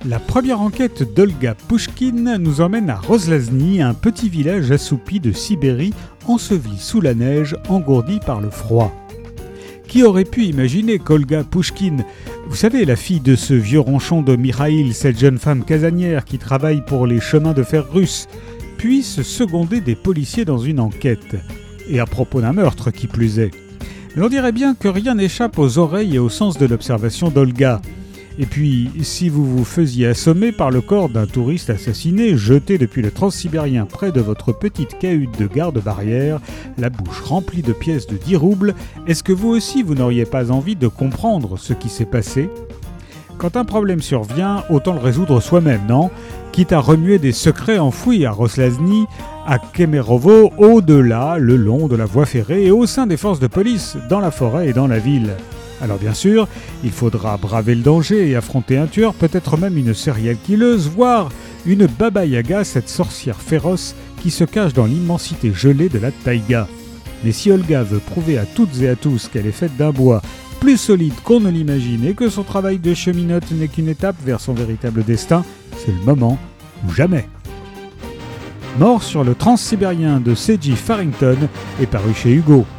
La première enquête d'Olga Pouchkine nous emmène à Roslazny, un petit village assoupi de Sibérie, enseveli sous la neige, engourdi par le froid. Qui aurait pu imaginer qu'Olga Pouchkine, vous savez, la fille de ce vieux ronchon de Mikhaïl, cette jeune femme casanière qui travaille pour les chemins de fer russes, puisse seconder des policiers dans une enquête, et à propos d'un meurtre qui plus est. Mais on dirait bien que rien n'échappe aux oreilles et au sens de l'observation d'Olga. Et puis, si vous vous faisiez assommer par le corps d'un touriste assassiné, jeté depuis le Transsibérien près de votre petite cahute de garde-barrière, la bouche remplie de pièces de 10 roubles, est-ce que vous aussi vous n'auriez pas envie de comprendre ce qui s'est passé ? Quand un problème survient, autant le résoudre soi-même, non ? Quitte à remuer des secrets enfouis à Roslazny, à Kemerovo, au-delà, le long de la voie ferrée et au sein des forces de police, dans la forêt et dans la ville. Alors bien sûr, il faudra braver le danger et affronter un tueur, peut-être même une serial killeuse, voire une Baba Yaga, cette sorcière féroce qui se cache dans l'immensité gelée de la taïga. Mais si Olga veut prouver à toutes et à tous qu'elle est faite d'un bois plus solide qu'on ne l'imagine et que son travail de cheminote n'est qu'une étape vers son véritable destin, c'est le moment ou jamais. Mort sur le Transsibérien de C.J. Farrington est paru chez Hugo.